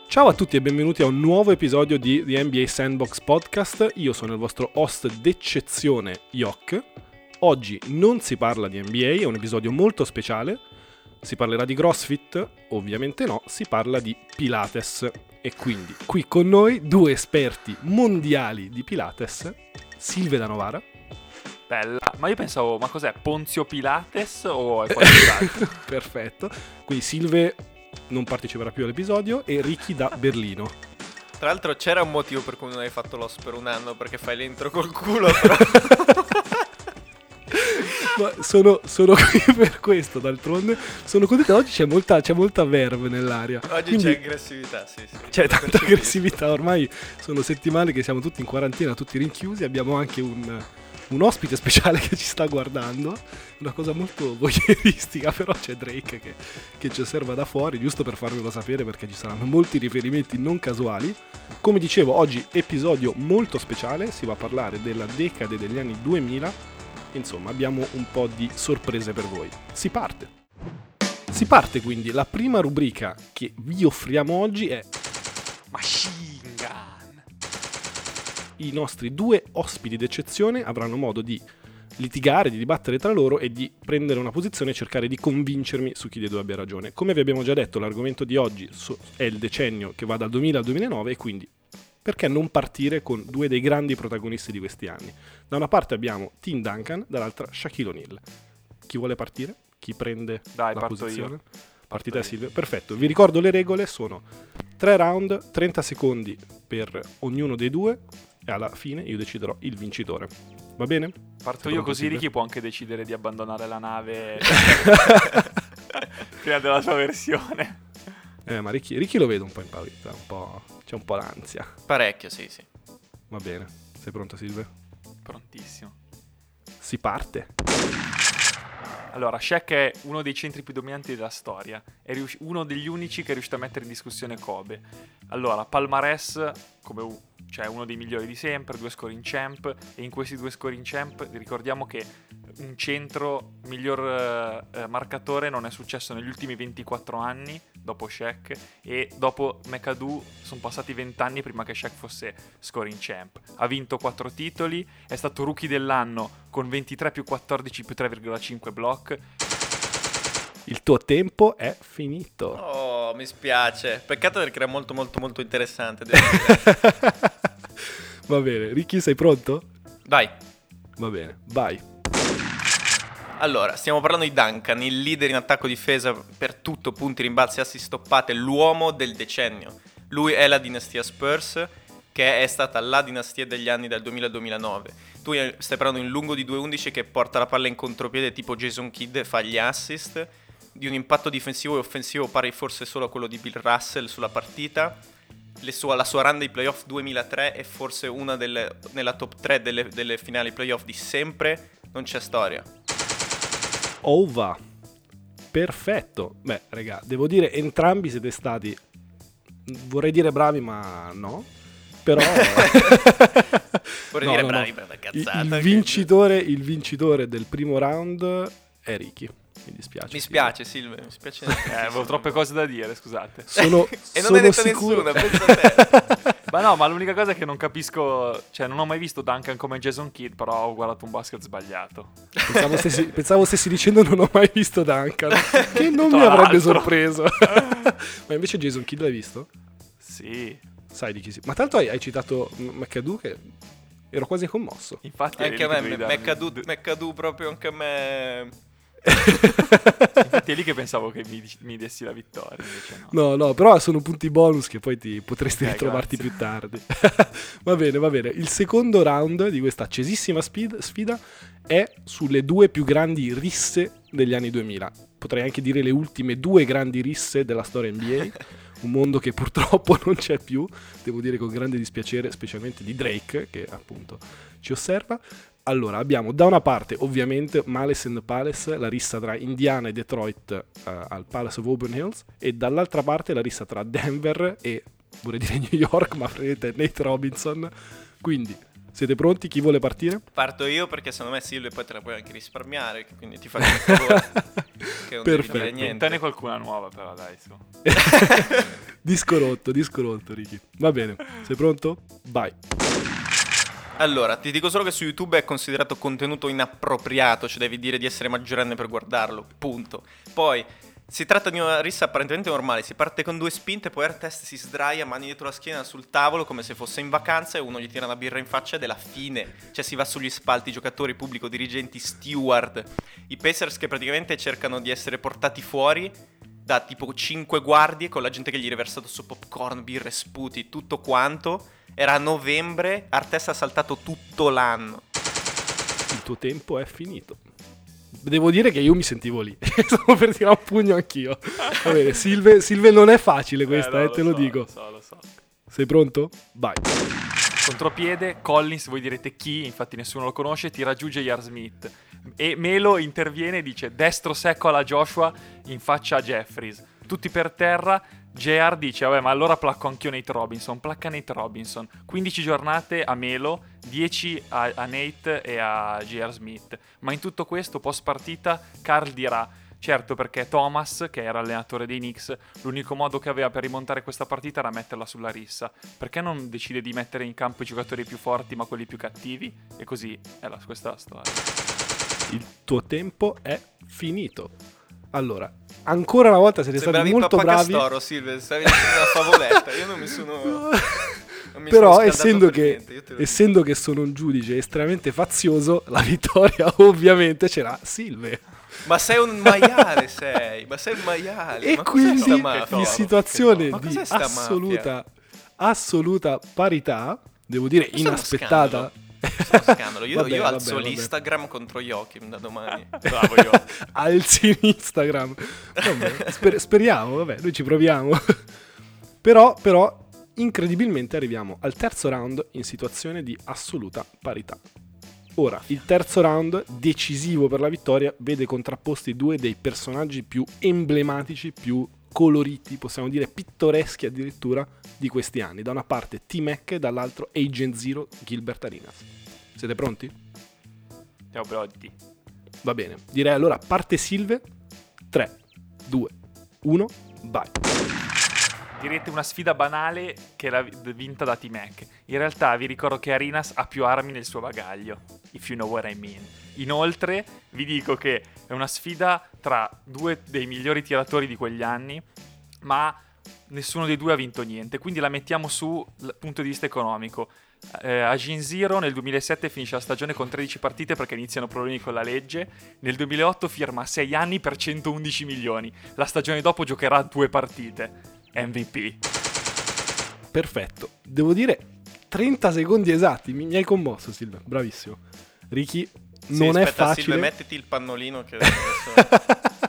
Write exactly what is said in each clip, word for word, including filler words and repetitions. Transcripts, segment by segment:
Ciao a tutti e benvenuti a un nuovo episodio di The N B A Sandbox Podcast. Io sono il vostro host d'eccezione, Yok. Oggi non si parla di N B A, è un episodio molto speciale. Si parlerà di CrossFit? Ovviamente no, si parla di Pilates. E quindi qui con noi due esperti mondiali di Pilates, Silve da Novara. Bella, ma io pensavo, ma cos'è, Ponzio Pilates o è qualcos'altro? Perfetto, quindi Silve non parteciperà più all'episodio e Ricky da Berlino. Tra l'altro c'era un motivo per cui non hai fatto l'host per un anno, perché fai l'intro col culo, però... Ma sono, sono qui per questo, d'altronde sono contento. Oggi c'è molta, c'è molta verve nell'aria. Oggi Quindi c'è aggressività, sì, sì. C'è tanta aggressività, ormai sono settimane che siamo tutti in quarantena, tutti rinchiusi. Abbiamo anche un, un ospite speciale che ci sta guardando, una cosa molto voyeuristica, però c'è Drake che, che ci osserva da fuori, giusto per farvelo sapere, perché ci saranno molti riferimenti non casuali. Come dicevo, oggi episodio molto speciale, si va a parlare della decade degli anni duemila. Insomma, abbiamo un po' di sorprese per voi. Si parte. Si parte quindi. La prima rubrica che vi offriamo oggi è Machine Gun. I nostri due ospiti d'eccezione avranno modo di litigare, di dibattere tra loro e di prendere una posizione e cercare di convincermi su chi dei due abbia ragione. Come vi abbiamo già detto, l'argomento di oggi è il decennio che va dal duemila al duemilanove e quindi perché non partire con due dei grandi protagonisti di questi anni? Da una parte abbiamo Tim Duncan, dall'altra Shaquille O'Neal. Chi vuole partire? Chi prende Dai, la parto posizione? io. Partita a Silvio. Perfetto. Vi ricordo le regole, sono tre round, trenta secondi per ognuno dei due e alla fine io deciderò il vincitore. Va bene? Parto Sei io, pronto, così Silvio? Ricky può anche decidere di abbandonare la nave prima della sua versione. Eh, ma Ricky, Ricky lo vedo un po' impaurito, un po', c'è un po' l'ansia. Parecchio, sì, sì. Va bene. Sei pronto, Silvio? Prontissimo. Si parte. Allora, Shaq è uno dei centri più dominanti della storia. È rius- uno degli unici che è riuscito a mettere in discussione Kobe. Allora, palmarès, come u- cioè uno dei migliori di sempre, due scoring champ. E in questi due scoring champ ricordiamo che un centro miglior eh, marcatore non è successo negli ultimi ventiquattro anni, dopo Shaq, e dopo McAdoo sono passati venti anni prima che Shaq fosse scoring champ. Ha vinto quattro titoli, è stato rookie dell'anno con ventitré più quattordici più tre virgola cinque block. Il tuo tempo è finito. Oh, mi spiace. Peccato perché era molto molto molto interessante. Devo dire. Va bene, Ricky, sei pronto? Vai. Va bene, vai. Allora, stiamo parlando di Duncan, il leader in attacco-difesa per tutto, punti, rimbalzi, assist, stoppate, l'uomo del decennio. Lui è la dinastia Spurs, che è stata la dinastia degli anni dal duemila al duemilanove. Tu stai parlando in lungo di due undici che porta la palla in contropiede tipo Jason Kidd e fa gli assist, di un impatto difensivo e offensivo pari forse solo a quello di Bill Russell sulla partita. Le sua, la sua run dei playoff duemilatré è forse una delle, nella top tre delle, delle finali playoff di sempre, non c'è storia. Ova. Perfetto. Beh, raga, devo dire entrambi siete stati, vorrei dire bravi, ma no. Però vorrei no, dire no, bravi no. per la Il, cazzata. il che- vincitore, il vincitore del primo round è Ricky. Mi dispiace. Mi Silvio. spiace, Silvio, mi spiace. Eh, avevo troppe cose da dire, scusate. Sono, E non sono hai detto sicuro... nessuna, pensa a te. Ma no, ma l'unica cosa è che non capisco, cioè non ho mai visto Duncan come Jason Kidd, però ho guardato un basket sbagliato. Pensavo stessi, pensavo stessi dicendo non ho mai visto Duncan, che non mi Tra avrebbe l'altro. sorpreso. Ma invece Jason Kidd l'hai visto? Sì, Sai di chi si... Ma tanto hai, hai citato M- McAdoo, che ero quasi commosso. infatti Anche a me, è lì che dovevi McAdoo, darmi- McAdoo proprio anche a me. Infatti è lì che pensavo che mi, mi dessi la vittoria, invece no. No, no, però sono punti bonus che poi ti potresti Ok, ritrovarti grazie. più tardi. Va bene, va bene. Il secondo round di questa accesissima speed- sfida è sulle due più grandi risse degli anni duemila. Potrei anche dire le ultime due grandi risse della storia N B A. Un mondo che purtroppo non c'è più, devo dire con grande dispiacere, specialmente di Drake, che appunto ci osserva. Allora, abbiamo da una parte ovviamente Malice and the Palace, la rissa tra Indiana e Detroit uh, al Palace of Auburn Hills, e dall'altra parte la rissa tra Denver e, vorrei dire New York, ma prendete Nate Robinson. Quindi Siete pronti? Chi vuole partire? Parto io perché secondo me Silvio poi te la puoi anche risparmiare, quindi ti faccio un favore. Che non devi dire niente. Inventane qualcuna nuova però, dai, su. Disco rotto, disco rotto, Ricky. Va bene, sei pronto? Vai. Allora, ti dico solo che su YouTube è considerato contenuto inappropriato, cioè devi dire di essere maggiorenne per guardarlo, punto. Poi, si tratta di una rissa apparentemente normale, si parte con due spinte, poi Artest si sdraia, mani dietro la schiena sul tavolo come se fosse in vacanza e uno gli tira una birra in faccia ed è la fine. Cioè si va sugli spalti, giocatori, pubblico, dirigenti, steward. I Pacers che praticamente cercano di essere portati fuori da tipo cinque guardie con la gente che gli riversa addosso popcorn, birre, sputi, tutto quanto. Era a novembre, Artest ha saltato tutto l'anno. Il tuo tempo è finito. Devo dire che io mi sentivo lì. Stavo per tirare un pugno anch'io. Va bene, Silve, Silve non è facile questa, eh, no, eh te lo, lo so, dico. Lo so, lo so. Sei pronto? Vai. Contropiede, Collins, voi direte chi, infatti nessuno lo conosce, ti raggiunge J R. Smith. E Melo interviene e dice destro secco alla Joshua in faccia a Jeffries. Tutti per terra. J R dice, vabbè, ma allora placco anch'io Nate Robinson. Placca Nate Robinson. quindici giornate a Melo, dieci a, a Nate e a J R. Smith. Ma in tutto questo, post partita, Carl dirà, certo, perché Thomas, che era allenatore dei Knicks, l'unico modo che aveva per rimontare questa partita era metterla sulla rissa. Perché non decide di mettere in campo i giocatori più forti ma quelli più cattivi? E così è la, questa è la storia. Il tuo tempo è finito. Allora, ancora una volta siete Sembravi stati molto Papà bravi. Castoro, Silvio, stavi dicendo una favoletta. Io non mi sono... non mi Però sono essendo scaldato per che, niente, io te lo essendo che sono un giudice estremamente fazioso, la vittoria ovviamente ce l'ha Silve. Ma sei un maiale, sei. Ma sei un maiale. E Ma cos'è quindi sta mafia? in situazione Ma di cos'è sta assoluta, assoluta parità, devo dire Questo è uno inaspettata. Questo è uno scandalo. Io, Vabbè, io vabbè, alzo vabbè. l'Instagram contro Joachim da domani. Bravo io. Alzi in Instagram. Vabbè, sper- speriamo, vabbè, noi ci proviamo. però, però, incredibilmente arriviamo al terzo round in situazione di assoluta parità. Ora, il terzo round, decisivo per la vittoria, vede contrapposti due dei personaggi più emblematici, più coloriti, possiamo dire pittoreschi addirittura, di questi anni. Da una parte T-Mac e dall'altro Agent Zero, Gilbert Arenas. Siete pronti? Ciao Brody. Va bene, direi allora parte Silve. tre, due, uno, vai. Direte una sfida banale che era vinta da T-Mac. In realtà vi ricordo che Arenas ha più armi nel suo bagaglio, if you know what I mean. Inoltre vi dico che è una sfida tra due dei migliori tiratori di quegli anni, ma nessuno dei due ha vinto niente, quindi la mettiamo sul punto di vista economico. Eh, Agent Zero nel duemilasette finisce la stagione con tredici partite perché iniziano problemi con la legge. Nel duemilaotto firma sei anni per centoundici milioni. La stagione dopo giocherà due partite. M V P. Perfetto. Devo dire trenta secondi esatti, mi, mi hai commosso Silvia, bravissimo. Ricky, Sì, non è aspetta, facile. Silvio, mettiti il pannolino che adesso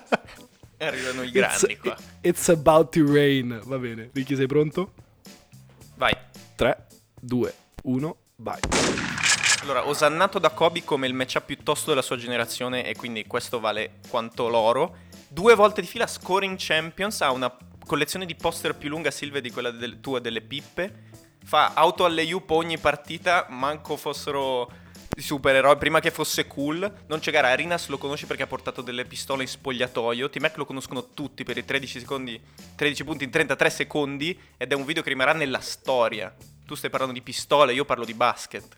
arrivano i grandi it's, qua. It's about to rain. Va bene, Ricky sei pronto? Vai. tre, due, uno, vai. Allora, osannato da Kobe come il matchup più tosto della sua generazione e quindi questo vale quanto l'oro. Due volte di fila scoring champions, ha una collezione di poster più lunga, Silvia, di quella del, tua delle pippe. Fa auto alley-oop ogni partita, manco fossero i supereroi, prima che fosse cool. Non c'è gara, Arenas lo conosci perché ha portato delle pistole in spogliatoio. T-Mac lo conoscono tutti per i tredici secondi, tredici punti in trentatré secondi ed è un video che rimarrà nella storia. Tu stai parlando di pistole, io parlo di basket.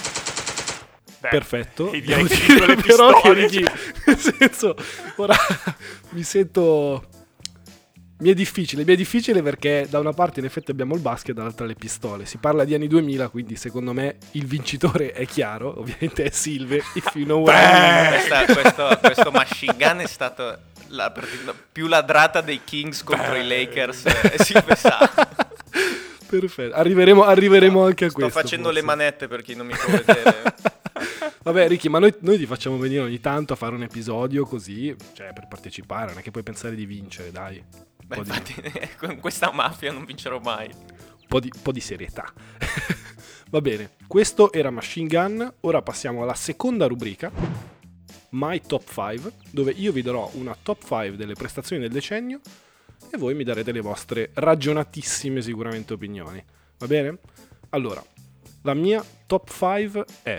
Beh, Perfetto. e direi Devo che dire dico le però che pistole, Ricky, nel senso, ora mi sento... Mi è difficile, mi è difficile perché da una parte in effetti abbiamo il basket, dall'altra le pistole. Si parla di anni duemila, quindi secondo me il vincitore è chiaro, ovviamente è Silve, if you know what I mean. Questa, questo, questo machine gun è stato la partita più ladrata dei Kings contro Beh. i Lakers e Silve sa. Perfetto, arriveremo, arriveremo anche a Sto questo. facendo forse. le manette per chi non mi può vedere. Vabbè Ricky, ma noi, noi ti facciamo venire ogni tanto a fare un episodio così, cioè per partecipare, non è che puoi pensare di vincere, dai. Un Beh, po' di- infatti, con questa mafia non vincerò mai. Un po' di, un po' di serietà. Va bene, questo era Machine Gun. Ora passiamo alla seconda rubrica, My Top cinque, dove io vi darò una top cinque delle prestazioni del decennio e voi mi darete le vostre ragionatissime sicuramente opinioni. Va bene? Allora, La mia top cinque è: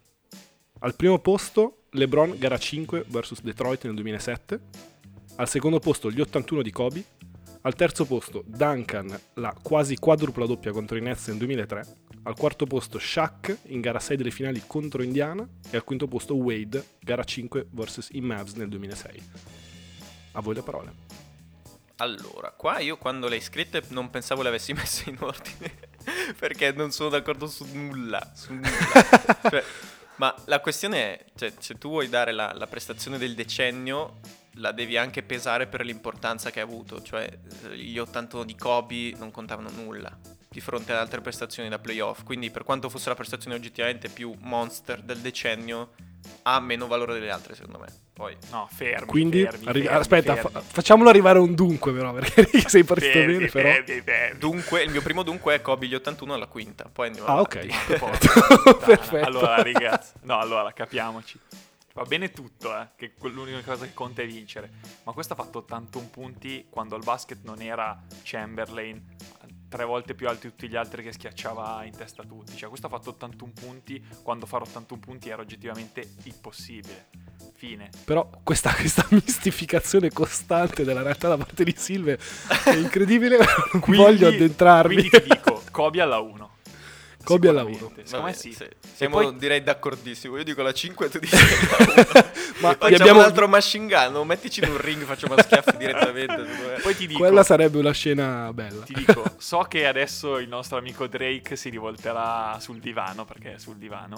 al primo posto LeBron gara cinque versus Detroit nel duemilasette, al secondo posto gli ottantuno di Kobe, al terzo posto Duncan la quasi quadrupla doppia contro i Nets nel duemilatré, al quarto posto Shaq in gara sei delle finali contro Indiana e al quinto posto Wade gara cinque versus i Mavs nel duemilasei. A voi le parole. Allora, qua io quando le hai scritte non pensavo le avessi messe in ordine perché non sono d'accordo su nulla, su nulla. Cioè, ma la questione è, cioè, se tu vuoi dare la, la prestazione del decennio, la devi anche pesare per l'importanza che ha avuto. Cioè, gli ottantuno di Kobe non contavano nulla di fronte ad altre prestazioni da playoff. Quindi, per quanto fosse la prestazione oggettivamente più monster del decennio, ha meno valore delle altre, secondo me. Poi, no, fermi. Quindi, fermi, arri- fermi, aspetta, fermi. Fa- facciamolo arrivare a un dunque, però, perché sei partito Fermi, bene, però. fermi, fermi. dunque, il mio primo dunque è Kobe gli ottantuno alla quinta. Poi andiamo Ah, avanti. ok. Ma porca Perfetto. Allora, ragazzi, no, allora, capiamoci. Va bene tutto, eh, che l'unica cosa che conta è vincere. Ma questo ha fatto ottantuno punti quando al basket non era Chamberlain, tre volte più alto di tutti gli altri che schiacciava in testa a tutti. Cioè, questo ha fatto ottantuno punti quando fare ottantuno punti era oggettivamente impossibile. Fine. Però questa, questa mistificazione costante della realtà da parte di Silve è incredibile. Non Quindi- voglio addentrarmi. Quindi ti dico, Kobe alla uno. Kobe alla Sicuramente. uno. Secondo me Vabbè, sì. se- E siamo poi- direi d'accordissimo. Io dico la cinque e tu dici la uno. Ma Facciamo gli abbiamo- un altro machine gun, no? Mettici in un ring, facciamo a schiaffi direttamente. Poi ti dico, Quella sarebbe una scena bella. ti dico, so che adesso il nostro amico Drake si rivolterà sul divano, perché è sul divano,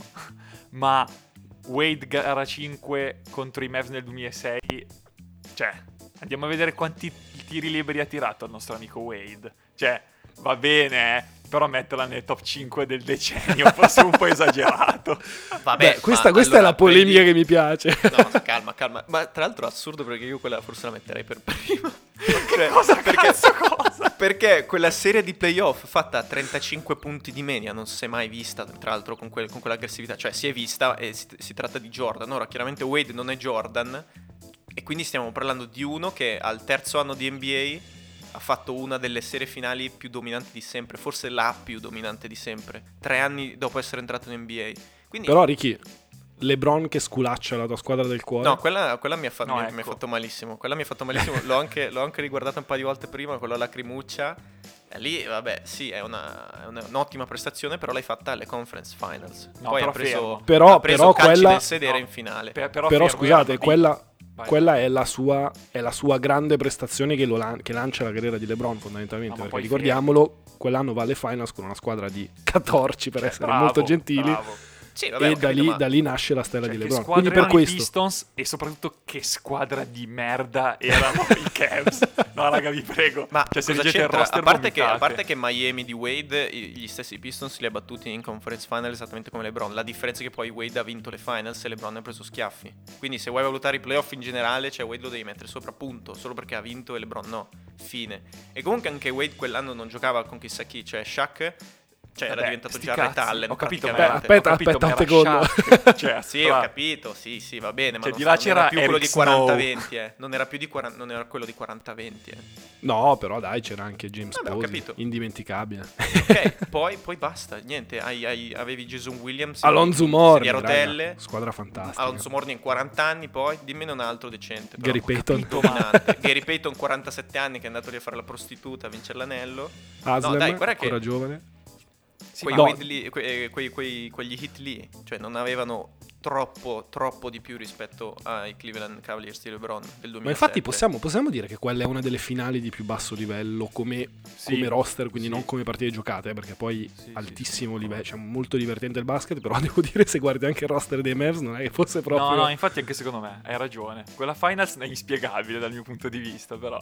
ma Wade gara cinque contro i Mavs nel duemilasei, cioè, andiamo a vedere quanti tiri liberi ha tirato il nostro amico Wade. Cioè, va bene, eh, però metterla nel top cinque del decennio forse un po' esagerato. Vabbè, Beh, questa, ma questa allora, è la polemica prendi- che mi piace. No, ma calma, calma. Ma tra l'altro è assurdo perché io quella forse la metterei per prima. Cioè, Cosa perché, cazzo cosa? perché quella serie di playoff fatta a trentacinque punti di media non si è mai vista, tra l'altro, con, quel- con quell'aggressività. Cioè, si è vista e si, si tratta di Jordan. Ora, chiaramente Wade non è Jordan e quindi stiamo parlando di uno che al terzo anno di N B A ha fatto una delle serie finali più dominanti di sempre, forse la più dominante di sempre, tre anni dopo essere entrato in N B A. Quindi, Però, Ricky, LeBron che sculaccia la tua squadra del cuore. no, quella, quella mi, ha fa- No, mi ha- ecco. mi ha fatto malissimo. Quella mi ha fatto malissimo. l'ho, anche, l'ho anche riguardata un paio di volte prima con la lacrimuccia. E lì, vabbè, sì, è, una, è una- un'ottima prestazione, però l'hai fatta alle conference finals. No, Poi però ha preso, fermo. Però- ha preso però calci quella- del sedere no, in finale. Per- però Però fermo, scusate, erano quella, Vai. quella è, la sua, è la sua grande prestazione che, lo lan- che lancia la carriera di LeBron fondamentalmente. No, ma perché poi ricordiamolo, quell'anno va alle finals con una squadra di catorci, per Cioè, essere bravo, molto gentili. bravo. Sì, vabbè, E ho da capito, lì, ma- da lì nasce la stella Cioè, di che LeBron. squadra Quindi per erano i questo, Pistons e soprattutto che squadra di merda erano i Cavs. No, raga, vi prego. Ma cioè, se cosa leggete il c'entra? roster A parte, che, a vomitate. parte che Miami di Wade, i- gli stessi Pistons li ha battuti in conference final esattamente come LeBron. La differenza è che poi Wade ha vinto le finals e LeBron ha preso schiaffi. Quindi se vuoi valutare i playoff in generale, cioè Wade lo devi mettere sopra, punto. Solo perché ha vinto e LeBron no. Fine. E comunque anche Wade quell'anno non giocava con chissà chi, cioè Shaq. Cioè era Vabbè, diventato sti già cazzi. Ray Allen. Ho capito, ma praticamente. Beh, aspetta, ho capito, aspetta ma un era secondo. Shaq. Cioè, Sì, tra- ho capito, sì, sì, va bene, ma Cioè, non, di là non era c'era più quello di Eric Snow. quaranta venti, eh. Non era più di quaranta, non era quello di quaranta venti, eh. no, però dai, c'era anche James Vabbè, ho Posey, capito. indimenticabile. Ok, poi, poi basta, niente, hai- hai- avevi Jason Williams, Alonso di Mourning, a rotelle, raga, squadra fantastica. Alonso Mourning quaranta anni, poi dimmene un altro decente. però. Gary Payton. Dominante. Gary Payton quarantasette anni che è andato lì a fare la prostituta a vincere l'anello. Haslem, No, dai, guarda che- ancora giovane. Sì, Quei ma- no. Wade lì- que- quei- quei- quegli hit lì, cioè non avevano troppo, troppo di più rispetto ai Cleveland Cavaliers di LeBron del duemilasette. Ma infatti possiamo, possiamo dire che quella è una delle finali di più basso livello come, Sì, come roster, quindi sì. non come partite giocate, eh, perché poi Sì, sì, altissimo sì, livello, cioè molto divertente il basket, però devo dire se guardi anche il roster dei Mavs non è che fosse proprio... No, no, infatti anche secondo me hai ragione. Quella finals è inspiegabile dal mio punto di vista, però.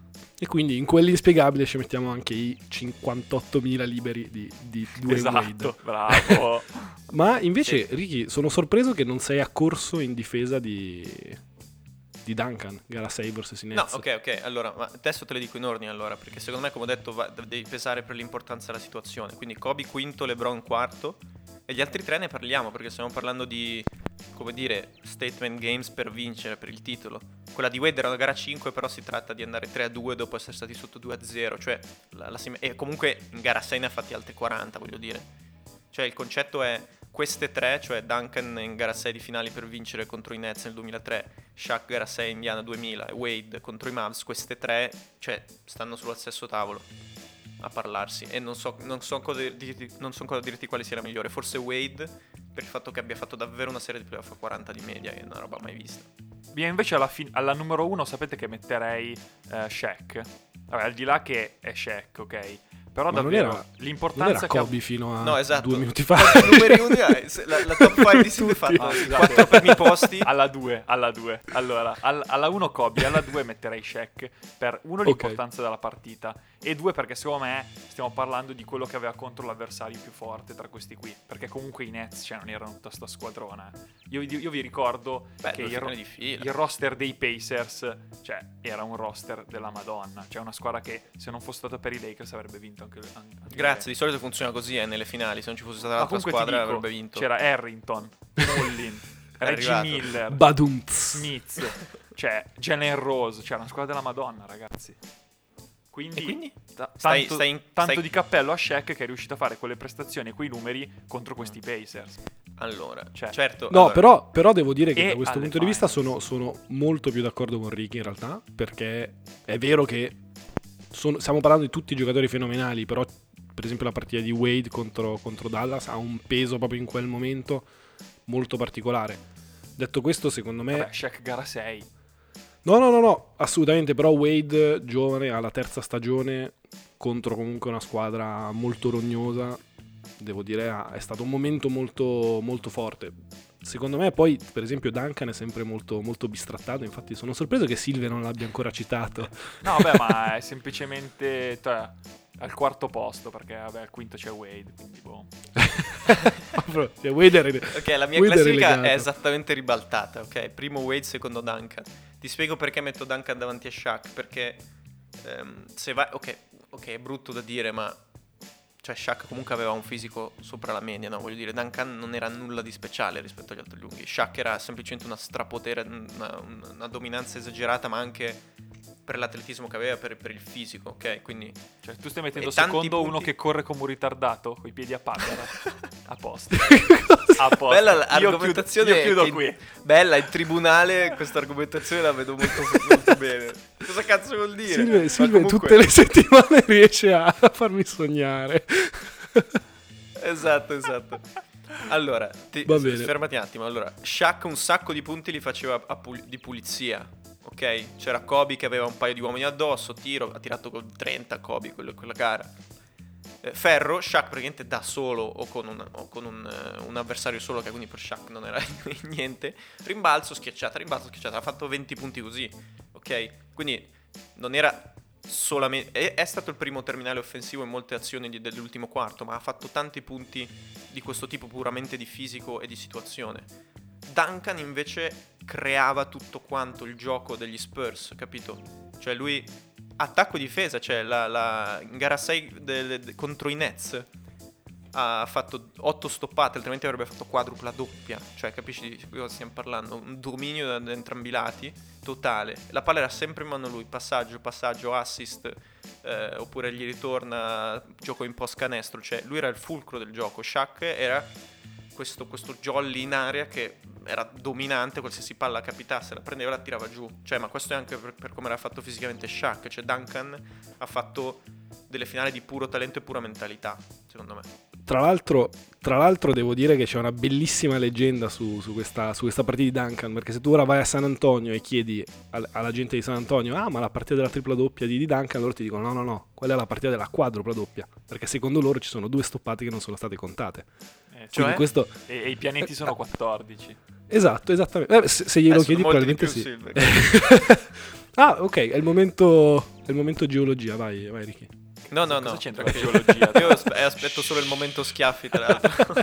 E quindi in quell'inspiegabile ci mettiamo anche i cinquantottomila liberi di, di Dwayne Wade. Esatto, bravo. Ma invece, Ricky, sono sorpreso che non sei accorso in difesa di, di Duncan, gara sei versus i No, Nets. ok, ok, allora, ma adesso te le dico in ordine allora, perché secondo me, come ho detto, va- devi pesare per l'importanza della situazione. Quindi Kobe quinto, LeBron quarto, e gli altri tre ne parliamo, perché stiamo parlando di, come dire, statement games per vincere, per il titolo. Quella di Wade era una gara cinque, però si tratta di andare tre a due dopo essere stati sotto due a zero, cioè, la, la sim- e comunque in gara sei ne ha fatti altri quaranta, voglio dire. Cioè il concetto è queste tre, cioè Duncan in gara sei di finali per vincere contro i Nets nel duemilatré, Shaq gara sei Indiana duemila e Wade contro i Mavs, queste tre, cioè, stanno sullo stesso tavolo a parlarsi e non so, non so cosa dirti, non so cosa dirti quale sia la migliore. Forse Wade, per il fatto che abbia fatto davvero una serie di playoff a quaranta di media, è una roba mai vista. Io invece alla, fin- alla numero uno sapete che metterei eh, Shaq. Vabbè, al di là che è Shaq, ok? Però Ma davvero non era, l'importanza non era che ha- Kobe fino a No, esatto. due minuti fa. Quanti numeri uni hai? Se- La, la top cinque di Silve fa Ah, scusate. quattro primi posti. alla due, alla due. Allora, al- alla uno Kobe, alla due metterei Shaq per uno Ok. l'importanza della partita e due perché secondo me stiamo parlando di quello che aveva contro l'avversario più forte tra questi qui, perché comunque i Nets, cioè, non erano tutta sta squadrona. Io, io- io vi ricordo Beh, che due il, ro- finali di fila. il roster dei Pacers, cioè, era un roster della Madonna, cioè una squadra che se non fosse stato per i Lakers avrebbe vinto anche, anche Grazie, di solito funziona così eh, nelle finali. Se non ci fosse stata Ma l'altra comunque ti squadra dico, avrebbe vinto. c'era Harrington, Mullin, È Reggie arrivato. Miller, Badumts. Smith, cioè Jalen Rose, cioè una squadra della Madonna, ragazzi. Quindi, E quindi? ta- Stai- tanto, stai in- tanto stai- di cappello a Shaq che è riuscito a fare quelle prestazioni e quei numeri contro questi Pacers. Allora, Cioè- certo. No, allora, però, però devo dire che E da questo alle punto di vista finals. sono, sono molto più d'accordo con Ricky in realtà, perché è vero che sono- stiamo parlando di tutti i giocatori fenomenali, però per esempio la partita di Wade contro, contro Dallas ha un peso proprio in quel momento molto particolare. Detto questo, secondo me... Vabbè, Shaq gara sei. No, no, no, no, assolutamente, però Wade, giovane, alla terza stagione, contro comunque una squadra molto rognosa, devo dire, ha- è stato un momento molto, molto forte. Secondo me poi, per esempio, Duncan è sempre molto, molto bistrattato, infatti sono sorpreso che Silvia non l'abbia ancora citato. No, vabbè, ma è semplicemente cioè, al quarto posto, perché vabbè, al quinto c'è Wade, quindi boh. Cioè, Wade era- Ok, la mia Wade è classifica relegato. è esattamente ribaltata, ok? Primo Wade, secondo Duncan. Ti spiego perché metto Duncan davanti a Shaq, perché ehm, se vai... Ok, ok, è brutto da dire, ma... Cioè Shaq comunque aveva un fisico sopra la media, no? Voglio dire, Duncan non era nulla di speciale rispetto agli altri lunghi. Shaq era semplicemente una strapotere, una, una dominanza esagerata, ma anche per l'atletismo che aveva, per, per il fisico, ok? Quindi... Cioè, tu stai mettendo E tanti secondo punti- uno che corre come un ritardato, coi piedi a papera. A posto. A posto. Bella Io l'argomentazione. chiudo, io chiudo che- qui. Bella, in tribunale questa argomentazione la vedo molto, molto bene. Cosa cazzo vuol dire? Silvia, Ma Silvia comunque- tutte le settimane riesce a farmi sognare. Esatto, esatto. Allora, ti, Va bene. fermati un attimo. Allora, Shaq un sacco di punti li faceva a pul- di pulizia, ok? C'era Kobe che aveva un paio di uomini addosso, tiro, ha tirato con trenta Kobe quello- quella gara. Eh, Ferro, Shaq praticamente da solo o con, un, o con un, eh, un avversario solo, che quindi per Shaq non era niente. Rimbalzo, schiacciata, rimbalzo, schiacciata. Ha fatto venti punti così, ok? Quindi non era solamente... È, è stato il primo terminale offensivo in molte azioni di- dell'ultimo quarto, ma ha fatto tanti punti di questo tipo puramente di fisico e di situazione. Duncan invece creava tutto quanto il gioco degli Spurs, capito? Cioè lui attacco e difesa, cioè la, la, in gara sei de- de- contro i Nets ha fatto otto stoppate, altrimenti avrebbe fatto quadrupla doppia, cioè capisci di cosa stiamo parlando? Un dominio da, da entrambi i lati totale, la palla era sempre in mano a lui, passaggio, passaggio, assist, eh, oppure gli ritorna gioco in post canestro, cioè lui era il fulcro del gioco. Shaq era questo, questo jolly in area che era dominante, qualsiasi palla capitasse la prendeva e la tirava giù, cioè, ma questo è anche per, per come era fatto fisicamente Shaq, cioè Duncan ha fatto delle finali di puro talento e pura mentalità, secondo me. Tra l'altro, tra l'altro devo dire che c'è una bellissima leggenda su, su, questa, su questa partita di Duncan, perché se tu ora vai a San Antonio e chiedi al, alla gente di San Antonio ah ma la partita della tripla doppia di, di Duncan, loro ti dicono no no no, quella è la partita della quadrupla doppia, perché secondo loro ci sono due stoppate che non sono state contate. Eh, Quindi Cioè? questo... e, e i pianeti sono quattordici. Esatto, esattamente. Eh, se, se glielo Eh, sono chiedi molti di probabilmente più, sì. Silver. Ah ok, è il momento, è il momento geologia, vai, vai Ricky. No, no, Cosa no. c'entra con Ok. geologia? Io aspe- aspetto solo il momento schiaffi, tra l'altro.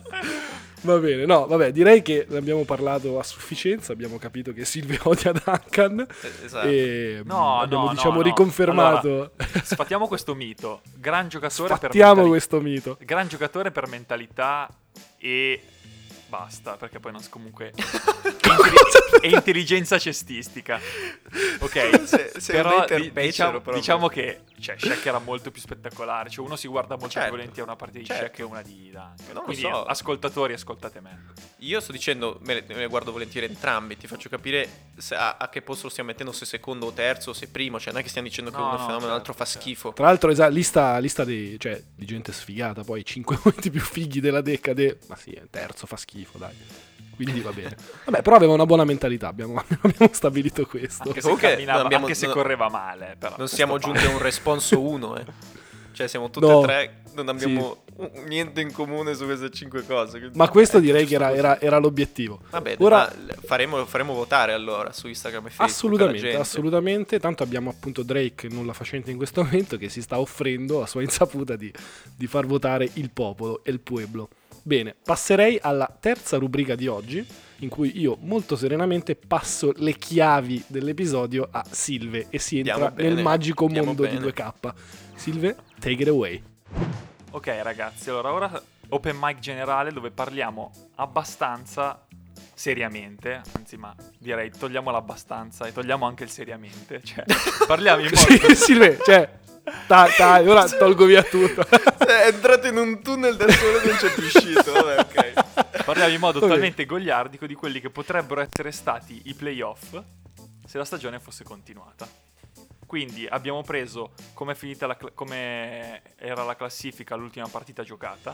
Va bene, no, vabbè, direi che ne abbiamo parlato a sufficienza, abbiamo capito che Silvio odia Duncan Eh, esatto. e No, abbiamo no, diciamo no, no. riconfermato, Allora, sfattiamo questo mito. Gran giocatore per sfattiamo mentali- questo mito. Gran giocatore per mentalità e basta, perché poi non s- comunque e, intelli- e intelligenza cestistica. Ok, Se- sei un però hater di- becero diciamo, proprio. diciamo che cioè Shaq era molto più spettacolare. Cioè uno si guarda molto certo. più volentieri una partita di certo. Shaq e una di Duncan. Non lo Quindi so. ascoltatori, ascoltate me. Io sto dicendo, me le, me le guardo volentieri entrambi. Ti faccio capire se a, a che posto lo stiamo mettendo, se secondo o terzo, se primo. Cioè non è che stiamo dicendo che No, uno è no, un fenomeno, certo, l'altro fa certo. schifo. Tra l'altro, esa- lista, lista di, cioè, di gente sfigata, poi cinque momenti più fighi della decade. Ma sì, terzo fa schifo, dai. Quindi va bene. Vabbè, però aveva una buona mentalità, abbiamo, abbiamo stabilito questo. Anche se, Comunque, camminava, non abbiamo- anche se non- correva male. Però, Non siamo questo giunti a un responso uno, eh. Cioè siamo tutti No. e tre, non abbiamo un- niente in comune su queste cinque cose. quindi- Ma questo eh, direi che giusto era, così. era- era l'obiettivo. Va bene, Ora- ma faremo, faremo votare allora su Instagram e Facebook. Assolutamente, alla gente. assolutamente. Tanto abbiamo appunto Drake, nulla facente in questo momento, che si sta offrendo a sua insaputa di, di far votare il popolo e il pueblo. Bene, passerei alla terza rubrica di oggi, in cui io molto serenamente passo le chiavi dell'episodio a Silve e si entra Andiamo bene, nel magico andiamo mondo di bene. due K. Silve, take it away. Ok ragazzi, allora ora open mic generale dove parliamo abbastanza seriamente, anzi ma direi togliamo l'abbastanza e togliamo anche il seriamente, cioè parliamo in Sì, modo... Silve, cioè, dai, dai, ora tolgo via tutto. È entrato in un tunnel da solo e non c'è più uscito. Vabbè, ok. Parliamo in modo Ok. talmente goliardico di quelli che potrebbero essere stati i playoff se la stagione fosse continuata. Quindi abbiamo preso come finita la cla- come era la classifica l'ultima partita giocata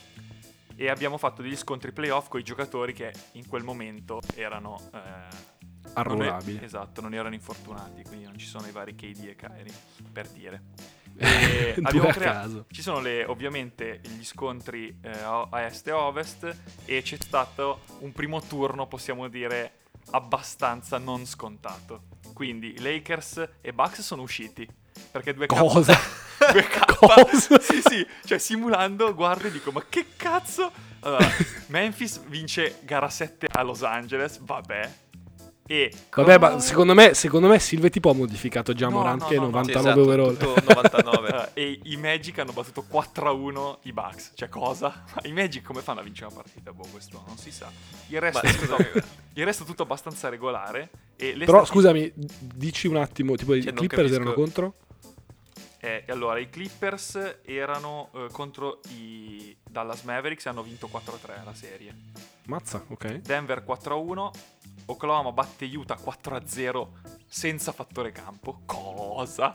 e abbiamo fatto degli scontri playoff con i giocatori che in quel momento erano eh, Arruolabili. non è- esatto, non erano infortunati, quindi non ci sono i vari K D e Kyrie, per dire. E Due abbiamo a crea- caso. Ci sono le, ovviamente gli scontri eh, a a est e ovest e c'è stato un primo turno, possiamo dire, abbastanza non scontato. Quindi Lakers e Bucks sono usciti perché due K Cosa? due K Cosa? Sì, sì, cioè simulando, guardo e dico "Ma che cazzo?". Allora, Memphis vince gara sette a Los Angeles, vabbè. E Vabbè, ma secondo me, secondo me Silve tipo ha modificato già No, Morant no, che è no, no. novantanove Sì, esatto, overall. tutto novantanove. Allora, e i Magic hanno battuto quattro a uno i Bucks. Cioè, cosa? Ma i Magic come fanno a vincere una partita? Boh, questo non si sa. Il resto, Ma è tutto, scusa, il resto è tutto abbastanza regolare. E le Però stati- scusami, dici un attimo, tipo i Cioè, non Clippers capisco. erano contro? eh, allora, i Clippers erano eh, contro i Dallas Mavericks e hanno vinto quattro a tre la serie. Mazza, ok. Denver quattro a uno. Oklahoma batte Utah quattro a zero senza fattore campo. Cosa?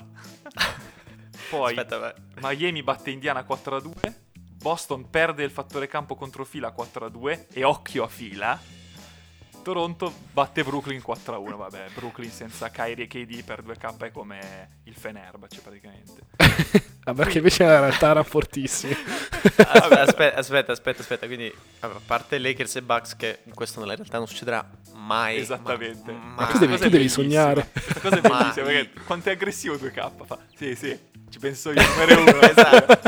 Poi Aspetta, vai. Miami batte Indiana quattro a due. Boston perde il fattore campo contro fila quattro a due. E occhio a fila. Toronto batte Brooklyn quattro a uno. Vabbè, Brooklyn senza Kyrie e K D per due K è come il Fenerbahce praticamente. Ah, perché invece la realtà era fortissima. Aspetta, aspetta, aspetta, aspetta, aspetta. Quindi, vabbè, a parte Lakers e Bucks, che questo nella realtà non succederà mai. Esattamente. Ma, Ma mai. tu devi- Questa tu cosa è devi bellissima. sognare. Questa cosa è Mai. bellissima perché quanto è aggressivo due K fa. Sì, sì, ci penso io numero uno. Esatto.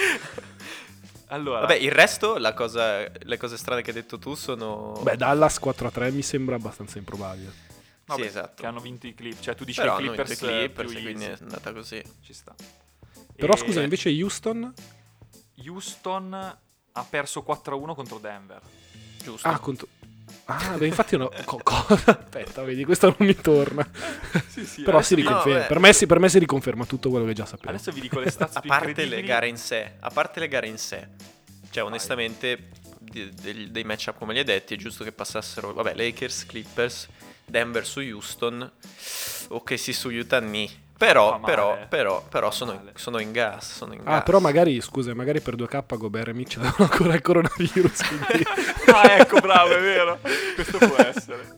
Allora, Vabbè, il resto, la cosa, le cose strane che hai detto tu sono... Beh, Dallas quattro a tre mi sembra abbastanza improbabile. vabbè, sì, esatto. che hanno vinto i Clippers. Cioè tu dici Però i hanno vinto Clippers, i Clippers, più quindi easy. è andata così. Ci sta. Però E scusa, invece Houston? Houston ha perso quattro a uno contro Denver. Giusto. Ah, contro... Ah, beh, infatti no. co- cosa? Aspetta, vedi, questo non mi torna. Sì, sì. Però si no, riconferma. beh. per, me si, per me si riconferma tutto quello che già sapevo. Adesso vi dico le stats A più parte incredibili. le gare in sé, a parte le gare in sé, cioè onestamente di- dei, dei matchup come li hai detti è giusto che passassero, vabbè, Lakers, Clippers, Denver su Houston, o che sì su Utah ni. Però, Fa male, però, però, però fa sono, male. sono in gas, sono in Ah, gas. però magari, scusa, magari per due K Gobert e Mitch avevano ancora il coronavirus. Quindi Ah, ecco, bravo, è vero. Questo può essere.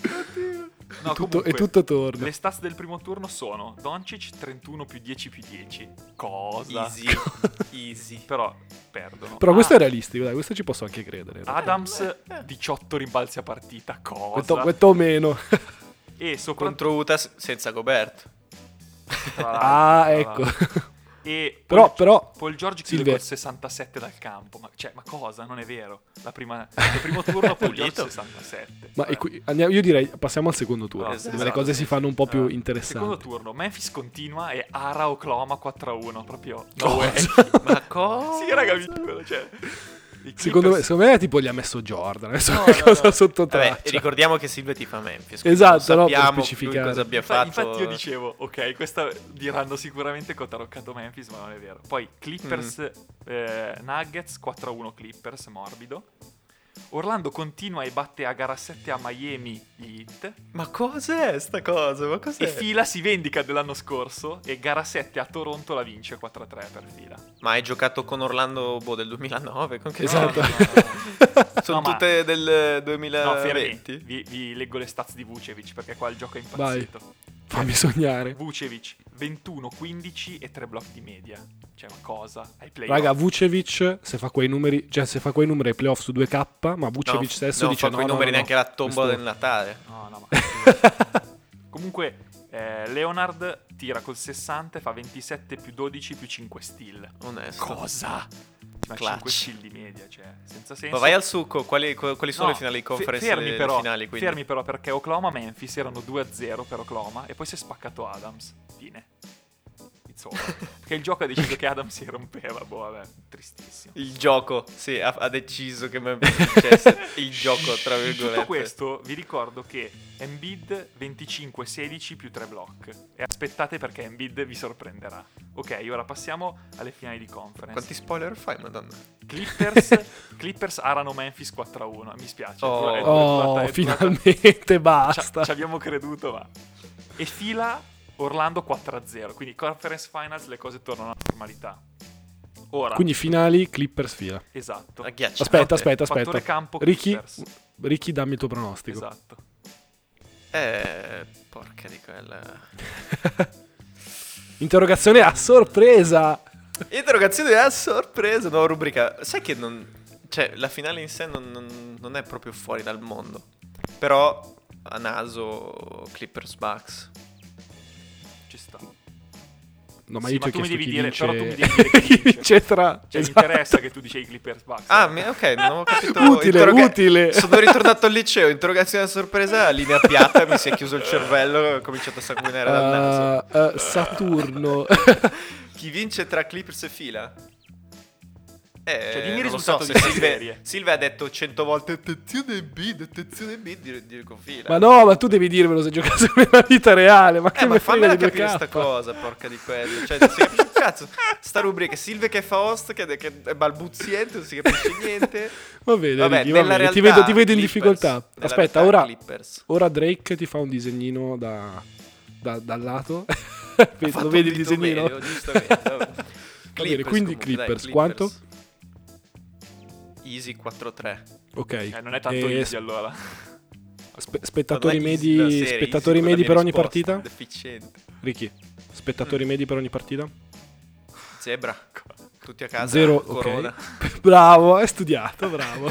No, e, tutto, comunque, e tutto torna. le stats del primo turno sono Doncic trentuno più dieci più dieci. Cosa? Easy, easy. Però perdono. Però questo Ah, è realistico, dai, questo ci posso anche credere. Adams diciotto rimbalzi a partita. Cosa? Questo, questo o meno. E soprattutto Contro Utah s- senza Gobert. tra l'altro, Ah, tra ecco. l'altro. E Però, Paul, però, Paul George chiude Silve- col sessantasette dal campo. Ma, cioè, ma cosa? Non è vero. La prima, il primo turno Paul George Pulito. sessantasette. ma Vabbè. e qui- andiamo- io direi passiamo al secondo turno, Ah, dove esatto, le cose sì. si fanno un po' più Ah, interessanti. Secondo turno, Memphis continua e Ara Oklahoma quattro a uno. Proprio no Cosa? way. Ma cosa? Sì, raga, vi giuro, cioè. I Secondo me, Clippers- secondo me tipo gli ha messo Jordan. Adesso No, una no, cosa no. sotto Vabbè, traccia. ricordiamo che Silve tifa Memphis. Esatto, non no, per sappiamo lui specificare. cosa abbia Infa- fatto. Infatti io dicevo, ok, questa diranno sicuramente che ho taroccato Memphis, ma non è vero. Poi Clippers, Mm. eh, Nuggets, quattro a uno Clippers, morbido. Orlando continua e batte a gara sette a Miami gli Heat. Ma cos'è sta cosa? Ma cos'è? E fila si vendica dell'anno scorso e gara sette a Toronto la vince quattro a tre per fila. Ma hai giocato con Orlando boh, del duemilanove? Con che Esatto. No, no, no. Sono No, ma- tutte del No, fermi, duemilaventi? vi, vi leggo le stats di Vucevic perché qua il gioco è impazzito. Fammi sognare. Vucevic ventuno, quindici e tre blocchi di media. Cioè, ma cosa? Ai playoff? Raga, Vucevic se fa quei numeri, cioè se fa quei numeri ai playoff su due K, ma Vucevic No, stesso non dice fa no, quei no, numeri no, neanche la tombola questo- del Natale. No, no, ma... Comunque, eh, Leonard tira col sessanta e fa ventisette più dodici più cinque steal. Onesto. Cosa? Ma Clutch. cinque steal di media, cioè, senza senso. Ma vai al succo, quali, quali sono No, le finali di fe- conference fermi le, però, le finali? Quindi? fermi però perché Oklahoma-Memphis erano due a zero per Oklahoma e poi si è spaccato Adams. Fine. It's over. Perché il gioco ha deciso che Adams si rompeva. Boh, vabbè, tristissimo. Il gioco, sì, ha, ha deciso che mi successe il gioco, tra In virgolette. tutto questo vi ricordo che Embiid venticinque sedici più tre block. E aspettate perché Embiid vi sorprenderà. Ok, ora passiamo alle finali di conference. Quanti spoiler fai, madonna? Clippers, Clippers arano Memphis quattro a uno. Mi spiace. è Oh. dura- è dura- Oh, è durata- finalmente Ci, basta. ci abbiamo creduto, ma... E fila Orlando quattro a zero. Quindi conference finals le cose tornano alla normalità. Ora, Quindi finali Clippers fila. esatto. Agghiacciante. Aspetta, aspetta, Fattore aspetta. campo Ricky, Clippers. Ricky, dammi il tuo pronostico. Esatto. Eh, porca di quella. Interrogazione a sorpresa. Interrogazione a sorpresa, nuova rubrica. Sai che non... Cioè, la finale in sé non, non- non è proprio fuori dal mondo. Però, a naso, Clippers Bucks. Ci sta. No, ma Sì, io ma ti ho tu mi chiesto devi chi dire- vince. però tu mi devi dire chi chi vince. vince tra. Cioè, Esatto. mi interessa che tu dici i Clippers Bucks. Ah, eh. mi- ok, non avevo capito. Utile, Interroga- utile. Sono ritornato al liceo, interrogazione a sorpresa, linea piatta, mi si è chiuso il cervello, ho cominciato a sanguinare dal naso. Uh, uh, Saturno. Chi vince tra Clippers e fila? Eh, Cioè, dimmi il non lo risultato so, di se questa Silve, serie. Silve ha detto cento volte attenzione bid, attenzione bid, dir- dico fila. Ma no, ma tu devi dirmelo se giocasse nella vita reale. Ma che Eh, ma me frega fammela di due capire K? sta cosa, porca di quello. Cioè, non si capisce un cazzo. Sta rubrica, Silve che fa host, che, che è balbuziente, non si capisce niente. Va bene, Vabbè, Ricky, va nella bene. Ti realtà, vedo, ti vedo in Clippers. difficoltà. Nella Aspetta, realtà, ora, Clippers. ora Drake ti fa un disegnino da, da- dal lato. Ha Vedi- fatto Lo vedi un il dito disegnino? medio, giustamente, vabbè. Va bene, quindi comunque, dai, Clippers, quanto? Easy quattro tre. Ok. Eh, non è tanto E easy allora. spe- spettatori Ma non è easy la medi, serie, spettatori easy medi per quella ogni mia risposta, partita? Deficiente. Ricky, spettatori Mm. medi per ogni partita? Zebra. Tutti a casa. Zero, Corona. ok. Bravo, hai studiato, bravo.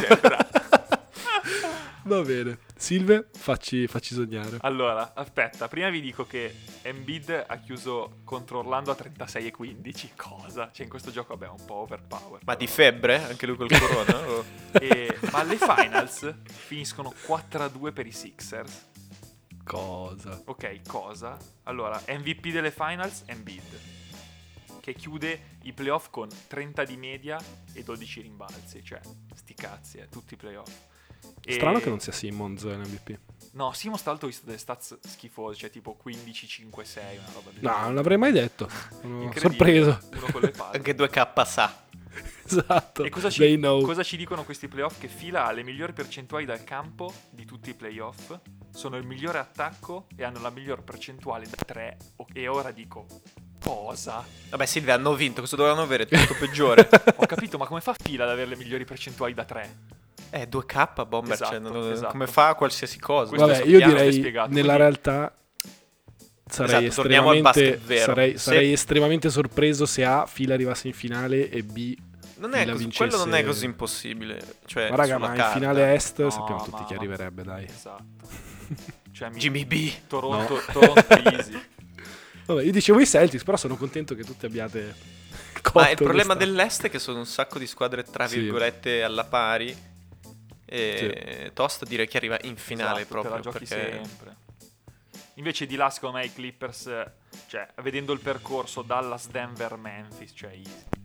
Va bene. Silve, facci, facci sognare. Allora, aspetta, prima vi dico che Embiid ha chiuso contro Orlando a trentasei e quindici. Cosa? Cioè, in questo gioco abbiamo un po' overpower. Ma però. di febbre? Anche lui col corona? o- E- ma alle finals finiscono quattro a due per i Sixers. Cosa? Ok, cosa? Allora, M V P delle finals, Embiid, che chiude i playoff con trenta di media e dodici rimbalzi. Cioè, sti cazzi, eh, tutti i playoff. E- Strano che non sia Simmons in M V P. No, Simons tra l'altro ho visto delle stats schifose, cioè tipo quindici cinque sei, una roba del No, genere. non l'avrei mai detto. Sono Incredibile. sorpreso. Uno con le palle. Anche due K sa. Esatto. E cosa They ci, know. cosa ci dicono questi playoff? Che Fila ha le migliori percentuali dal campo di tutti i playoff, sono il migliore attacco e hanno la miglior percentuale da tre. E ora dico, cosa? Vabbè, Silvia, hanno vinto. Cosa dovevano avere? Tutto peggiore. Ho capito, ma come fa Fila ad avere le migliori percentuali da tre? Eh, due K, Bomber. cioè, Esatto, non- esatto. come fa qualsiasi cosa. Questo Vabbè, so- io piano direi si è spiegato, nella quindi- realtà sarei Esatto, torniamo al estremamente basket vero. sarei, Se- sarei estremamente sorpreso se A Fila arrivasse in finale e B Non è Fila così, vincesse- quello non è così impossibile. Cioè, ma raga, sulla ma in carta. finale est No, sappiamo tutti ma- chi ma- arriverebbe, dai. Esatto. Cioè, mi- Jimmy B. Toronto, No. Toronto easy. Vabbè, io dicevo i Celtics, però sono contento che tutti abbiate Ma colto il problema questa- dell'est è che sono un sacco di squadre tra Sì. virgolette alla pari. E tosto dire che arriva in finale Esatto, te proprio la giochi perché sempre. Invece di là, secondo me, i Clippers, cioè, vedendo il percorso Dallas, Denver, Memphis, cioè easy.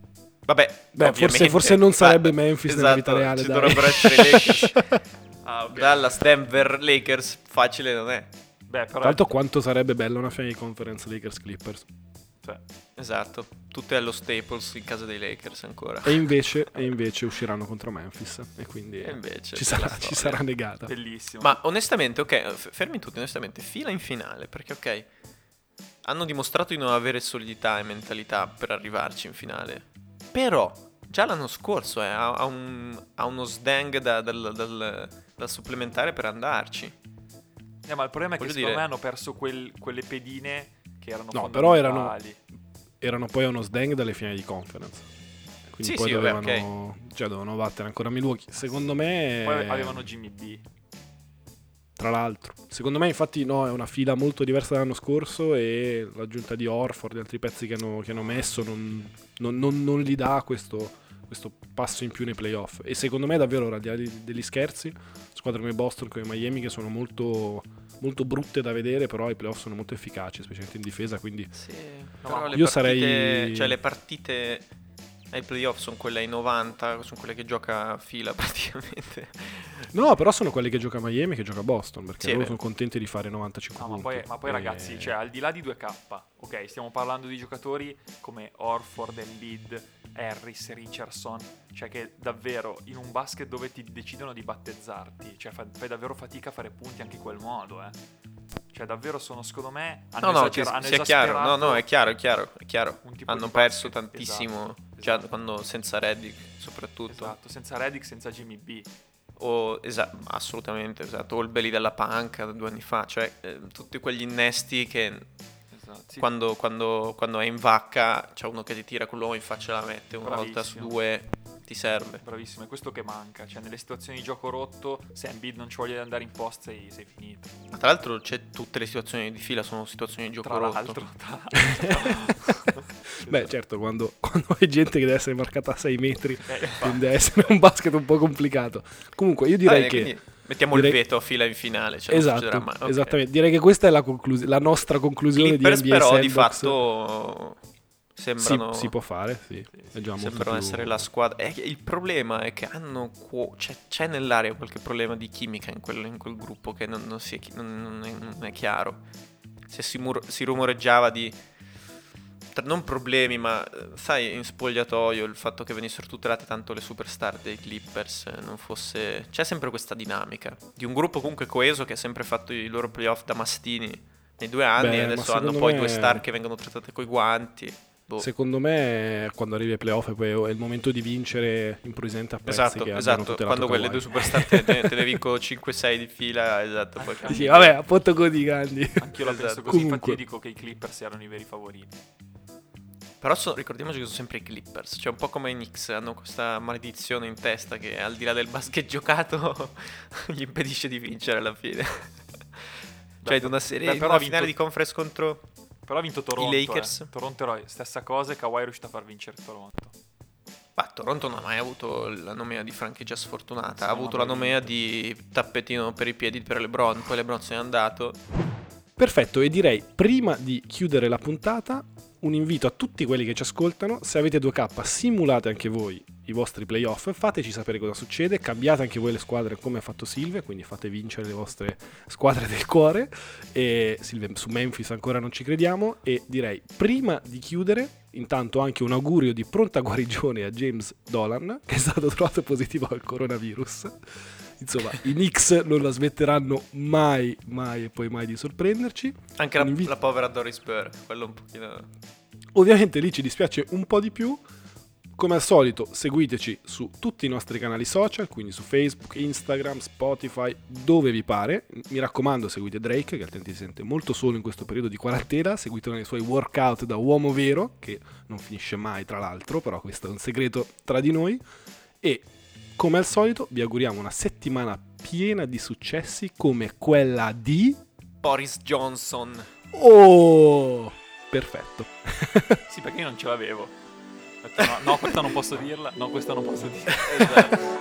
Vabbè, Beh, forse, forse non sarebbe Memphis esatto, nella vita reale. Ci dai. dovrebbero essere i Lakers. Ah, ok. Dallas, Denver, Lakers, facile non è. Beh, però... Tra l'altro quanto sarebbe bella una finale di conference Lakers Clippers. cioè, Esatto, tutte allo Staples in casa dei Lakers ancora. E invece, e invece usciranno contro Memphis. E quindi E invece, ci, bella sarà, ci storia. sarà negata. bellissimo. Ma onestamente, ok, f- fermi tutti, onestamente, fila in finale, perché ok, hanno dimostrato di non avere solidità e mentalità per arrivarci in finale. Però, già l'anno scorso eh, ha, ha un- ha uno sdang da- dal, dal- dal supplementare per andarci. Eh, ma il problema è che Voglio secondo dire- me hanno perso quel- quelle pedine che erano No, però erano- fondamentali. Erano poi a uno sdang dalle finali di conference. Quindi Sì, poi sì, vabbè, dovevano, cioè, dovevano battere ancora Milwaukee. Secondo me, Poi avevano Jimmy B. tra l'altro, secondo me infatti no, è una fila molto diversa dall'anno scorso e l'aggiunta di Horford e altri pezzi che hanno, che hanno messo non, non- non- non gli dà questo, questo passo in più nei playoff. E secondo me davvero, al di là di- degli scherzi, squadre come Boston, come Miami, che sono molto, molto brutte da vedere, però i playoff sono molto efficaci, specialmente in difesa, quindi Sì, No, però ma le io partite, sarei- cioè le partite ai playoff sono quelle ai novanta, sono quelle che gioca a fila praticamente. no, però sono quelli che gioca Miami e che gioca Boston, perché Sì, è loro vero. sono contenti di fare novantacinque No, ma punti. poi, ma poi E- ragazzi, cioè al di là di due K, ok, stiamo parlando di giocatori come Horford, Embiid, Harris, Richardson, cioè che davvero in un basket dove ti decidono di battezzarti, cioè fa- fai davvero fatica a fare punti anche in quel modo, eh. Cioè davvero sono, secondo me, hanno No, no, esagera- che hanno sia chiaro, no, esasperato no, è chiaro, è chiaro, è chiaro. un tipo Hanno di perso basket. tantissimo, Esatto, già esatto. quando senza Reddick soprattutto. Esatto, senza Redick, senza Jimmy B. O esa- assolutamente, esatto, o il belly della panca due anni fa, cioè eh, tutti quegli innesti che Esatto, sì. quando, quando, quando è in vacca c'è uno che ti tira quell'uomo in faccia e la mette, una volta su Bravissimo. due ti serve. Bravissimo, è questo che manca, cioè nelle situazioni di gioco rotto, se Embiid non ci voglia andare in post sei, sei finito. Ma tra l'altro c'è tutte le situazioni di fila sono situazioni di gioco Tra rotto. l'altro, tra l'altro. Beh, certo, quando, quando hai gente che deve essere marcata a sei metri, Eh, infatti. tende a essere un basket un po' complicato. Comunque, io direi Va bene, che... quindi mettiamo direi- il veto a fila in finale, cioè non succederà Esatto, mai. Ok. esattamente. Direi che questa è la, conclus- la nostra conclusione Clippers di N B A però di Sandbox. fatto sembrano si, si può fare, sì. È già molto sembrano più- essere la squadra. Eh, il problema è che hanno quo- c'è, c'è nell'aria qualche problema di chimica in quel, in quel gruppo che non, non, si è, chi- non- non è, non è chiaro. Se si, mur- si rumoreggiava di tra- non problemi, ma eh, sai, in spogliatoio il fatto che venissero tutelate tanto le superstar dei Clippers eh, non fosse. C'è sempre questa dinamica di un gruppo comunque coeso che ha sempre fatto i loro playoff da mastini nei due anni. Beh, e ma adesso hanno secondo poi me- due star che vengono trattate coi guanti. Boh. Secondo me, quando arrivi ai playoff e poi è il momento di vincere, improvvisamente apprezzi Esatto, che abbiano esatto. tutelato Quando quelle Kawhi. due superstar te, te, te ne vinco cinque sei di fila, esatto. Poi Anche- Sì, vabbè, a potto così, grandi. Anch'io la penso Esatto. così, infatti Comunque. io dico che i Clippers erano i veri favoriti. Però so- ricordiamoci che sono sempre i Clippers, cioè un po' come i Knicks, hanno questa maledizione in testa che al di là del basket giocato gli impedisce di vincere alla fine. Cioè in una serie, Beh, in però una ha finale vinto- di conference contro. Però ha vinto Toronto. Lakers. eh. Toronto era stessa cosa e Kawhi è riuscito a far vincere Toronto. Ma Toronto non ha mai avuto la nomea di franchigia sfortunata, Sì, ha non avuto ha la mai nomea di tappetino per i piedi per LeBron, poi LeBron se n'è andato. Perfetto, e direi, prima di chiudere la puntata, un invito a tutti quelli che ci ascoltano: se avete due K, simulate anche voi i vostri playoff, fateci sapere cosa succede, cambiate anche voi le squadre come ha fatto Silvia, quindi fate vincere le vostre squadre del cuore. E Silvia, su Memphis ancora non ci crediamo. E direi, prima di chiudere, intanto anche un augurio di pronta guarigione a James Dolan, che è stato trovato positivo al coronavirus. Insomma, i Knicks non la smetteranno mai, mai e poi mai di sorprenderci. Anche la, Un invi- la povera Doris Burke, quello un pochino. Ovviamente lì ci dispiace un po' di più. Come al solito, seguiteci su tutti i nostri canali social, quindi su Facebook, Instagram, Spotify, dove vi pare. Mi raccomando, seguite Drake, che altrimenti si sente molto solo in questo periodo di quarantena. Seguitelo nei suoi workout da uomo vero, che non finisce mai tra l'altro, però questo è un segreto tra di noi. E come al solito vi auguriamo una settimana piena di successi come quella di... Boris Johnson. Oh! Perfetto. Sì, perché io non ce l'avevo. Ho detto, no, no, questa non posso dirla. No, questa non posso dirla. Esatto.